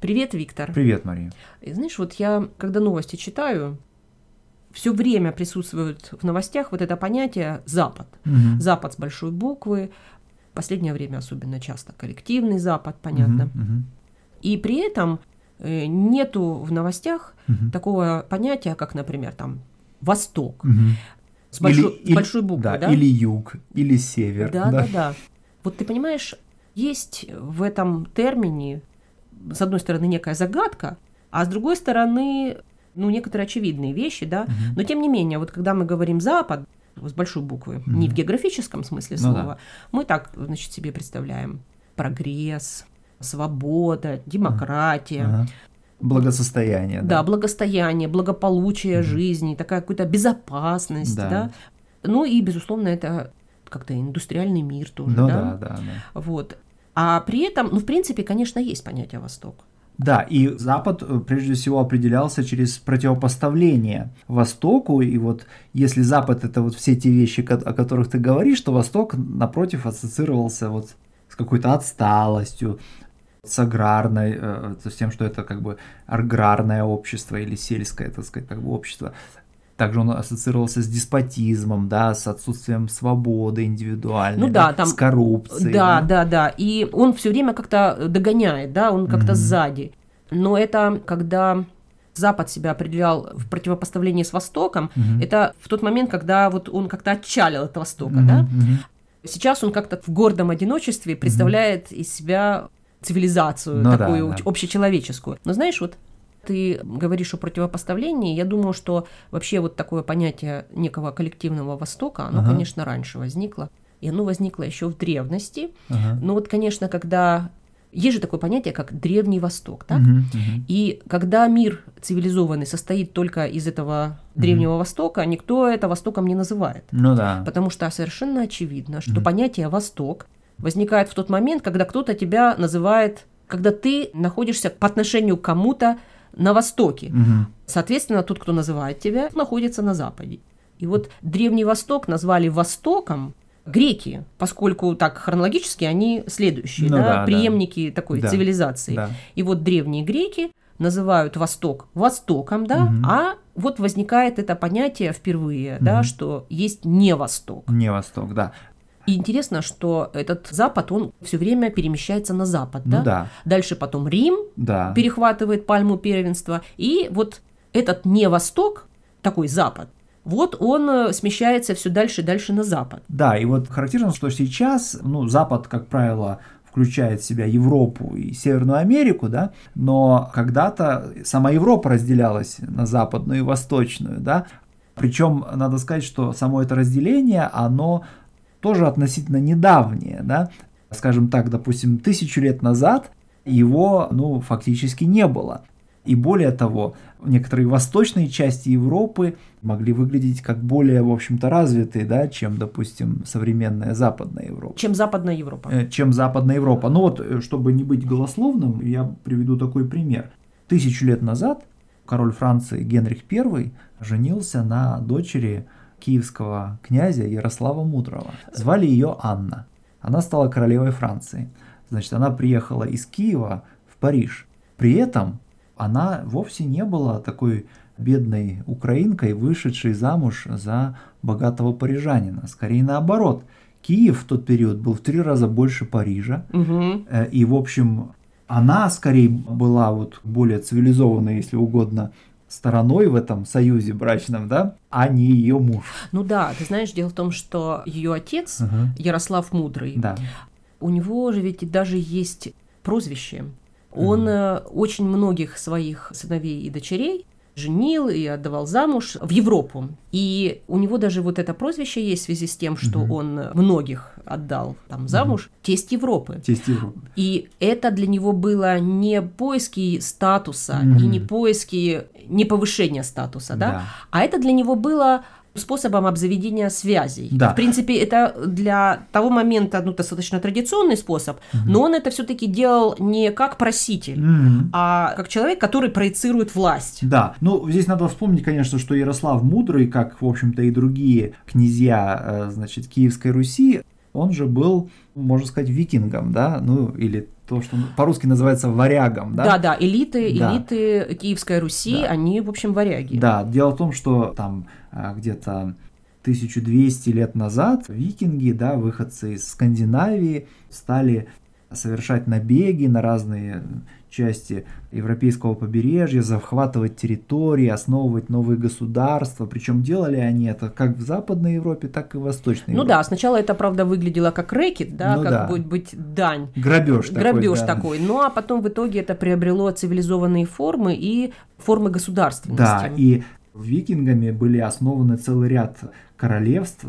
Привет, Виктор. Привет, Мария. И знаешь, вот я, когда новости читаю, все время присутствует в новостях вот это понятие «Запад». Угу. Запад с большой буквы. В последнее время особенно часто коллективный Запад, понятно. Угу. И при этом нету в новостях такого понятия, как, например, там «Восток». Угу. С большой буквы, да? Или юг, или север. Да. Вот ты понимаешь, есть в этом термине, с одной стороны, некая загадка, а с другой стороны, некоторые очевидные вещи, да. Но тем не менее, вот когда мы говорим «Запад», с большой буквы, не в географическом смысле слова, мы так, значит, себе представляем прогресс, свобода, демократия. Благосостояние. Да, благосостояние, благополучие жизни, такая какая-то безопасность, да. Ну и, безусловно, это как-то индустриальный мир тоже, Да. Вот. А при этом, в принципе, конечно, есть понятие «Восток». Да, и Запад прежде всего определялся через противопоставление Востоку, и вот если Запад — это вот все те вещи, о которых ты говоришь, то Восток, напротив, ассоциировался вот с какой-то отсталостью, с аграрной, с тем, что это как бы аграрное общество или сельское, так сказать, как бы общество. Также он ассоциировался с деспотизмом, да, с отсутствием свободы индивидуальной, с коррупцией. Да. И он все время как-то догоняет, да, он как-то сзади. Но это когда Запад себя определял в противопоставлении с Востоком, это в тот момент, когда вот он как-то отчалил от Востока, да. Сейчас он как-то в гордом одиночестве представляет из себя цивилизацию, такую общечеловеческую. Но знаешь, вот ты говоришь о противопоставлении, я думаю, что вообще вот такое понятие некого коллективного Востока, оно, конечно, раньше возникло, и оно возникло еще в древности. Но вот, конечно, когда... Есть же такое понятие, как Древний Восток, так? И когда мир цивилизованный состоит только из этого Древнего Востока, никто это Востоком не называет. Потому что совершенно очевидно, что понятие «Восток» возникает в тот момент, когда кто-то тебя называет, когда ты находишься по отношению к кому-то на Востоке. Соответственно, тот, кто называет тебя, находится на Западе. И вот Древний Восток назвали Востоком греки, поскольку так хронологически они следующие, преемники такой цивилизации. И вот древние греки называют Восток Востоком, да, а вот возникает это понятие впервые, да, что есть не Восток. Не Восток, да. И интересно, что этот Запад, он все время перемещается на Запад, да? Дальше потом Рим перехватывает пальму первенства, и вот этот не Восток, такой Запад, вот он смещается все дальше и дальше на Запад. Да, и вот характерно, что сейчас, Запад, как правило, включает в себя Европу и Северную Америку, да, но когда-то сама Европа разделялась на западную и восточную, да, причем надо сказать, что само это разделение, оно тоже относительно недавнее, да, скажем так, допустим, 1000 лет назад его, фактически не было. И более того, некоторые восточные части Европы могли выглядеть как более, в общем-то, развитые, да, чем, допустим, современная Западная Европа. Чем Западная Европа. Чем Западная Европа. Чтобы не быть голословным, я приведу такой пример. 1000 лет назад король Франции Генрих I женился на дочери киевского князя Ярослава Мудрого. Звали ее Анна. Она стала королевой Франции. Значит, она приехала из Киева в Париж. При этом она вовсе не была такой бедной украинкой, вышедшей замуж за богатого парижанина. Скорее наоборот. Киев в тот период был в 3 раза больше Парижа. И, в общем, она скорее была вот более цивилизованной, если угодно, стороной в этом союзе брачном, да, а не ее муж. Ты знаешь, дело в том, что ее отец, Ярослав Мудрый, у него же ведь даже есть прозвище. Он очень многих своих сыновей и дочерей женил и отдавал замуж в Европу. И у него даже вот это прозвище есть в связи с тем, что он многих отдал там замуж, тесть Европы. Тесть Европы. И это для него было не поиски статуса и не повышение статуса, да, а это для него было способом обзаведения связей. Да. В принципе, это для того момента достаточно традиционный способ, но он это все-таки делал не как проситель, а как человек, который проецирует власть. Да, здесь надо вспомнить, конечно, что Ярослав Мудрый, как, в общем-то, и другие князья, Киевской Руси, он же был, можно сказать, викингом, да, или то, что по-русски называется варягом, да? Да, элиты Киевской Руси, да. Они, в общем, варяги. Да, дело в том, что там где-то 1200 лет назад викинги, да, выходцы из Скандинавии, стали совершать набеги на разные части европейского побережья, захватывать территории, основывать новые государства. Причем делали они это как в Западной Европе, так и в Восточной Европе. Да, сначала это, правда, выглядело как рэкет, да, как будет быть дань. Грабеж такой. Ну а потом в итоге это приобрело цивилизованные формы и формы государственности. Да, и викингами были основаны целый ряд королевств.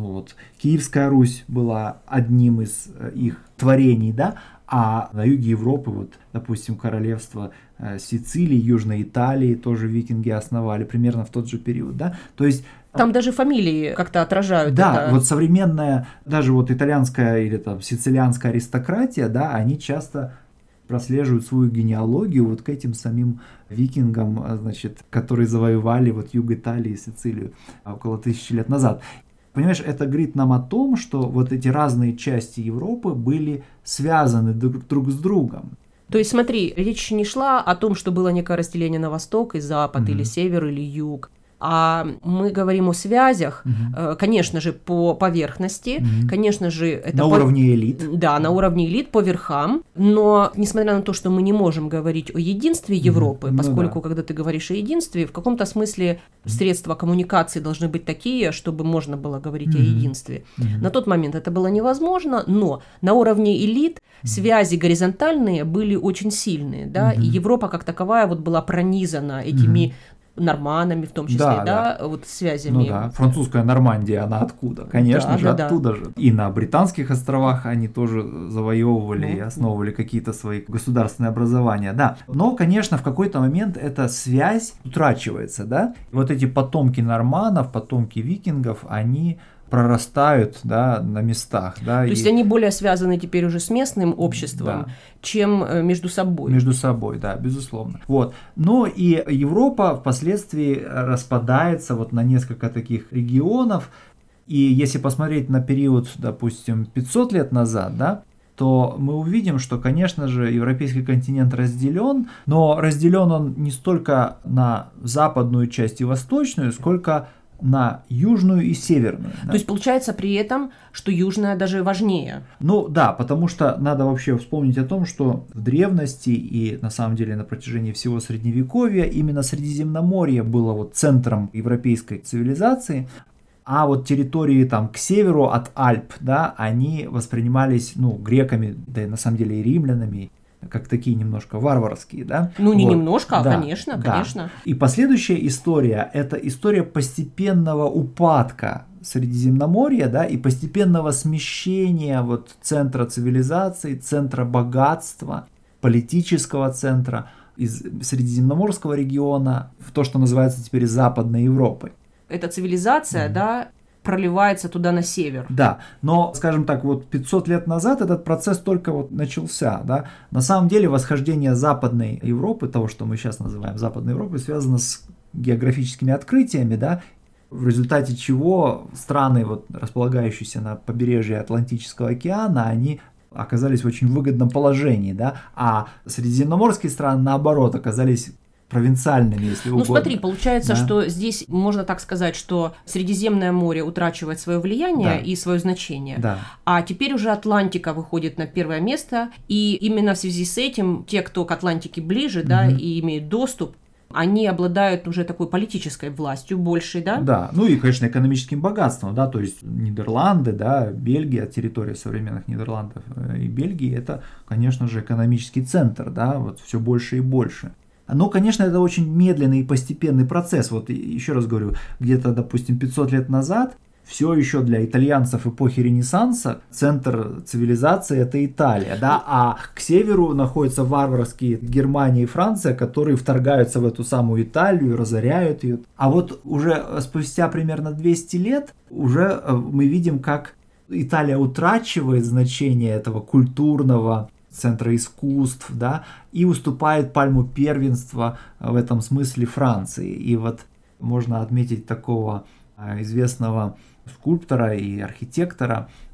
Киевская Русь была одним из их творений, да, а на юге Европы, допустим, королевство Сицилии, Южной Италии тоже викинги основали примерно в тот же период, да, то есть там даже фамилии как-то отражают. Да, это. Современная, даже итальянская или сицилианская аристократия, да, они часто прослеживают свою генеалогию к этим самим викингам, которые завоевали юг Италии и Сицилию около 1000 лет назад. Понимаешь, это говорит нам о том, что эти разные части Европы были связаны друг с другом. То есть смотри, речь не шла о том, что было некое разделение на восток и запад, или север, или юг. А мы говорим о связях, конечно же, по поверхности, конечно же, это на уровне элит. Да, на уровне элит, по верхам. Но, несмотря на то, что мы не можем говорить о единстве Европы, поскольку, когда ты говоришь о единстве, в каком-то смысле средства коммуникации должны быть такие, чтобы можно было говорить о единстве. На тот момент это было невозможно, но на уровне элит связи горизонтальные были очень сильные, да, и Европа как таковая была пронизана этими норманами в том числе, связями. Французская Нормандия, она откуда? Конечно же, оттуда же. И на Британских островах они тоже завоевывали и основывали какие-то свои государственные образования, да. Но, конечно, в какой-то момент эта связь утрачивается, да. Эти потомки норманов, потомки викингов, они прорастают, да, на местах, да. То есть они более связаны теперь уже с местным обществом, чем между собой. Между собой, да, безусловно. Но и Европа впоследствии распадается на несколько таких регионов. И если посмотреть на период, допустим, 500 лет назад, да, то мы увидим, что, конечно же, европейский континент разделен, но разделен он не столько на западную часть и восточную, сколько на южную и северную. То есть получается при этом, что южная даже важнее. Потому что надо вообще вспомнить о том, что в древности и на самом деле на протяжении всего Средневековья именно Средиземноморье было центром европейской цивилизации, а территории к северу от Альп, да, они воспринимались греками, да и на самом деле и римлянами, как такие немножко варварские, да? Не немножко, а конечно. И последующая история – это история постепенного упадка Средиземноморья, да, и постепенного смещения центра цивилизации, центра богатства, политического центра из Средиземноморского региона в то, что называется теперь Западной Европой. Эта цивилизация, проливается туда на север. Да, но, скажем так, 500 лет назад этот процесс только начался, да. На самом деле восхождение Западной Европы, того, что мы сейчас называем Западной Европой, связано с географическими открытиями, да, в результате чего страны, располагающиеся на побережье Атлантического океана, они оказались в очень выгодном положении, да, а средиземноморские страны, наоборот, оказались провинциальными, если угодно. Смотри, получается, что здесь можно так сказать, что Средиземное море утрачивает свое влияние и свое значение, а теперь уже Атлантика выходит на первое место, и именно в связи с этим те, кто к Атлантике ближе, и имеют доступ, они обладают уже такой политической властью большей, да? Да, и, конечно, экономическим богатством, да, то есть Нидерланды, да, Бельгия, территория современных Нидерландов и Бельгии, это, конечно же, экономический центр, да, все больше и больше. Но, конечно, это очень медленный и постепенный процесс. Еще раз говорю, где-то, допустим, 500 лет назад все еще для итальянцев эпохи Ренессанса центр цивилизации – это Италия, да, а к северу находятся варварские Германия и Франция, которые вторгаются в эту самую Италию, разоряют ее. А уже спустя примерно 200 лет уже мы видим, как Италия утрачивает значение этого культурного центра искусств, да, и уступает пальму первенства в этом смысле Франции. И можно отметить такого известного скульптора и архитектора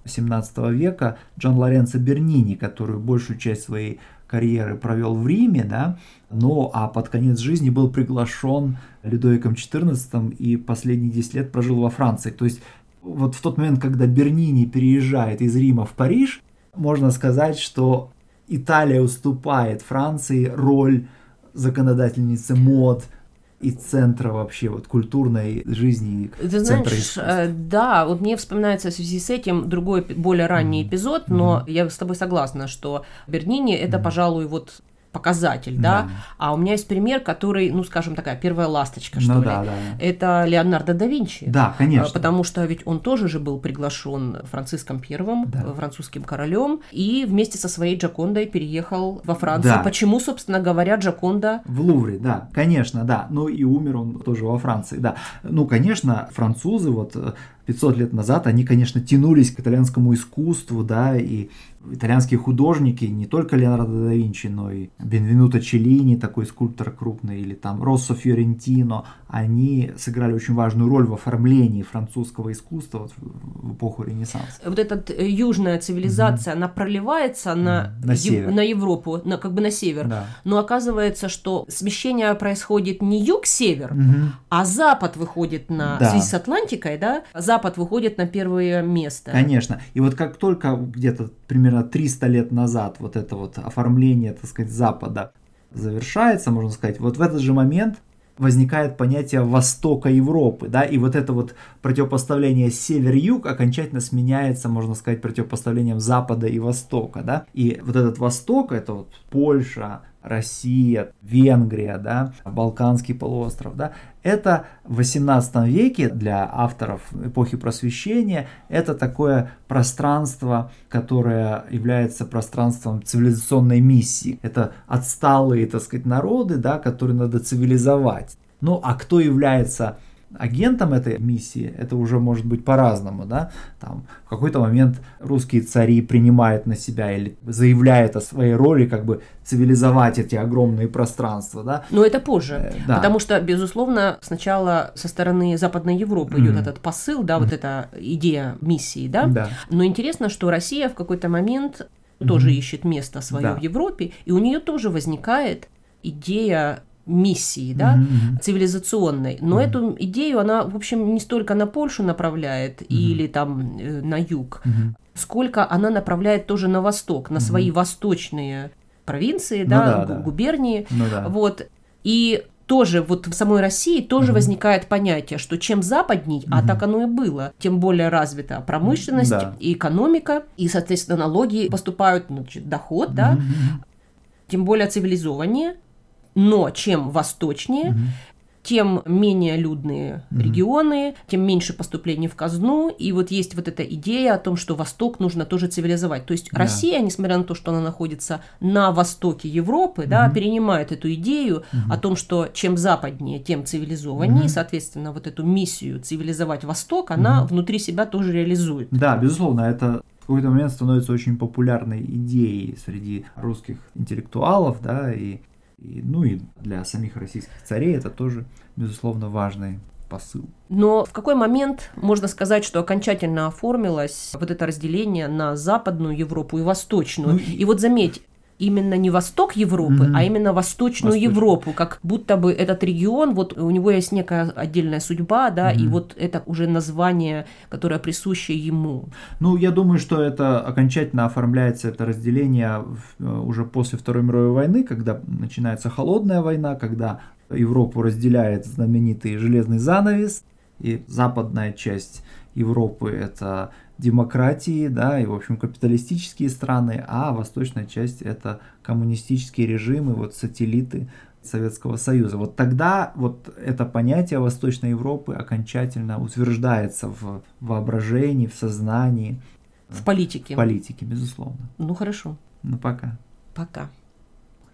XVII века Джон Лоренцо Бернини, который большую часть своей карьеры провел в Риме, да, а под конец жизни был приглашен Людовиком XIV и последние 10 лет прожил во Франции. То есть вот в тот момент, когда Бернини переезжает из Рима в Париж, можно сказать, что Италия уступает Франции роль законодательницы мод и центра вообще вот культурной жизни. Ты знаешь, да, вот мне вспоминается в связи с этим другой, более ранний эпизод, но я с тобой согласна, что Бернини это, пожалуй, вот показатель, да, а у меня есть пример, который, ну, скажем, такая первая ласточка, что ли. Да. Это Леонардо да Винчи. Да, конечно. Потому что ведь он тоже же был приглашен Франциском I, французским королем, и вместе со своей Джокондой переехал во Францию. Да. Почему, собственно говоря, Джоконда? В Лувре, да, конечно, да. Ну и умер он тоже во Франции, да. Ну, конечно, французы вот 500 лет назад, они, конечно, тянулись к итальянскому искусству, да, и итальянские художники, не только Леонардо да Винчи, но и Бенвенуто Челлини, такой скульптор крупный, или там Россо Фьорентино, они сыграли очень важную роль в оформлении французского искусства вот, в эпоху Ренессанса. Вот эта южная цивилизация, она проливается на Европу, как бы на север, да. Но оказывается, что смещение происходит не юг-север, а запад выходит в связи с Атлантикой, да, запад выходит на первое место. Конечно, и вот как только где-то примерно 300 лет назад вот это вот оформление, так сказать, Запада завершается, можно сказать, вот в этот же момент возникает понятие Востока Европы, да, и вот это вот противопоставление север-юг окончательно сменяется, можно сказать, противопоставлением Запада и Востока, да, и вот этот Восток, это вот Польша, Россия, Венгрия, да, Балканский полуостров, да, это в XVIII веке для авторов эпохи Просвещения это такое пространство, которое является пространством цивилизационной миссии. Это отсталые, так сказать, народы, да, которые надо цивилизовать. Ну, а кто является агентом этой миссии, это уже может быть по-разному, да, там в какой-то момент русские цари принимают на себя или заявляют о своей роли, как бы цивилизовать эти огромные пространства, да. Но это позже, да. Потому что, безусловно, сначала со стороны Западной Европы идет этот посыл, да, вот эта идея миссии, да. Но интересно, что Россия в какой-то момент тоже ищет место свое в Европе, и у нее тоже возникает идея миссии, да, цивилизационной. Но эту идею она, в общем, не столько на Польшу направляет или там на юг, сколько она направляет тоже на восток, на свои восточные провинции, губернии. Вот. И тоже вот в самой России тоже возникает понятие, что чем западней, а так оно и было, тем более развита промышленность и экономика, и, соответственно, налоги поступают, значит, доход, да, тем более цивилизованнее. Но чем восточнее, тем менее людные регионы, тем меньше поступлений в казну. И вот есть вот эта идея о том, что Восток нужно тоже цивилизовать. То есть Россия, несмотря на то, что она находится на востоке Европы, да, перенимает эту идею о том, что чем западнее, тем цивилизованнее. И, соответственно, вот эту миссию цивилизовать Восток, она внутри себя тоже реализует. Да, безусловно, это в какой-то момент становится очень популярной идеей среди русских интеллектуалов, да, и для самих российских царей это тоже, безусловно, важный посыл. Но в какой момент можно сказать, что окончательно оформилось вот это разделение на Западную Европу и Восточную? И вот заметь, именно не восток Европы, а именно Восточную Европу, как будто бы этот регион, вот у него есть некая отдельная судьба, да, и вот это уже название, которое присуще ему. Ну, я думаю, что это окончательно оформляется, это разделение уже после Второй мировой войны, когда начинается холодная война, когда Европу разделяет знаменитый железный занавес, и западная часть Европы – это демократии, да, и, в общем, капиталистические страны, а восточная часть – это коммунистические режимы, вот сателлиты Советского Союза. Вот тогда вот это понятие Восточной Европы окончательно утверждается в воображении, в сознании. В политике. В политике, безусловно. Ну, хорошо. Ну, пока. Пока.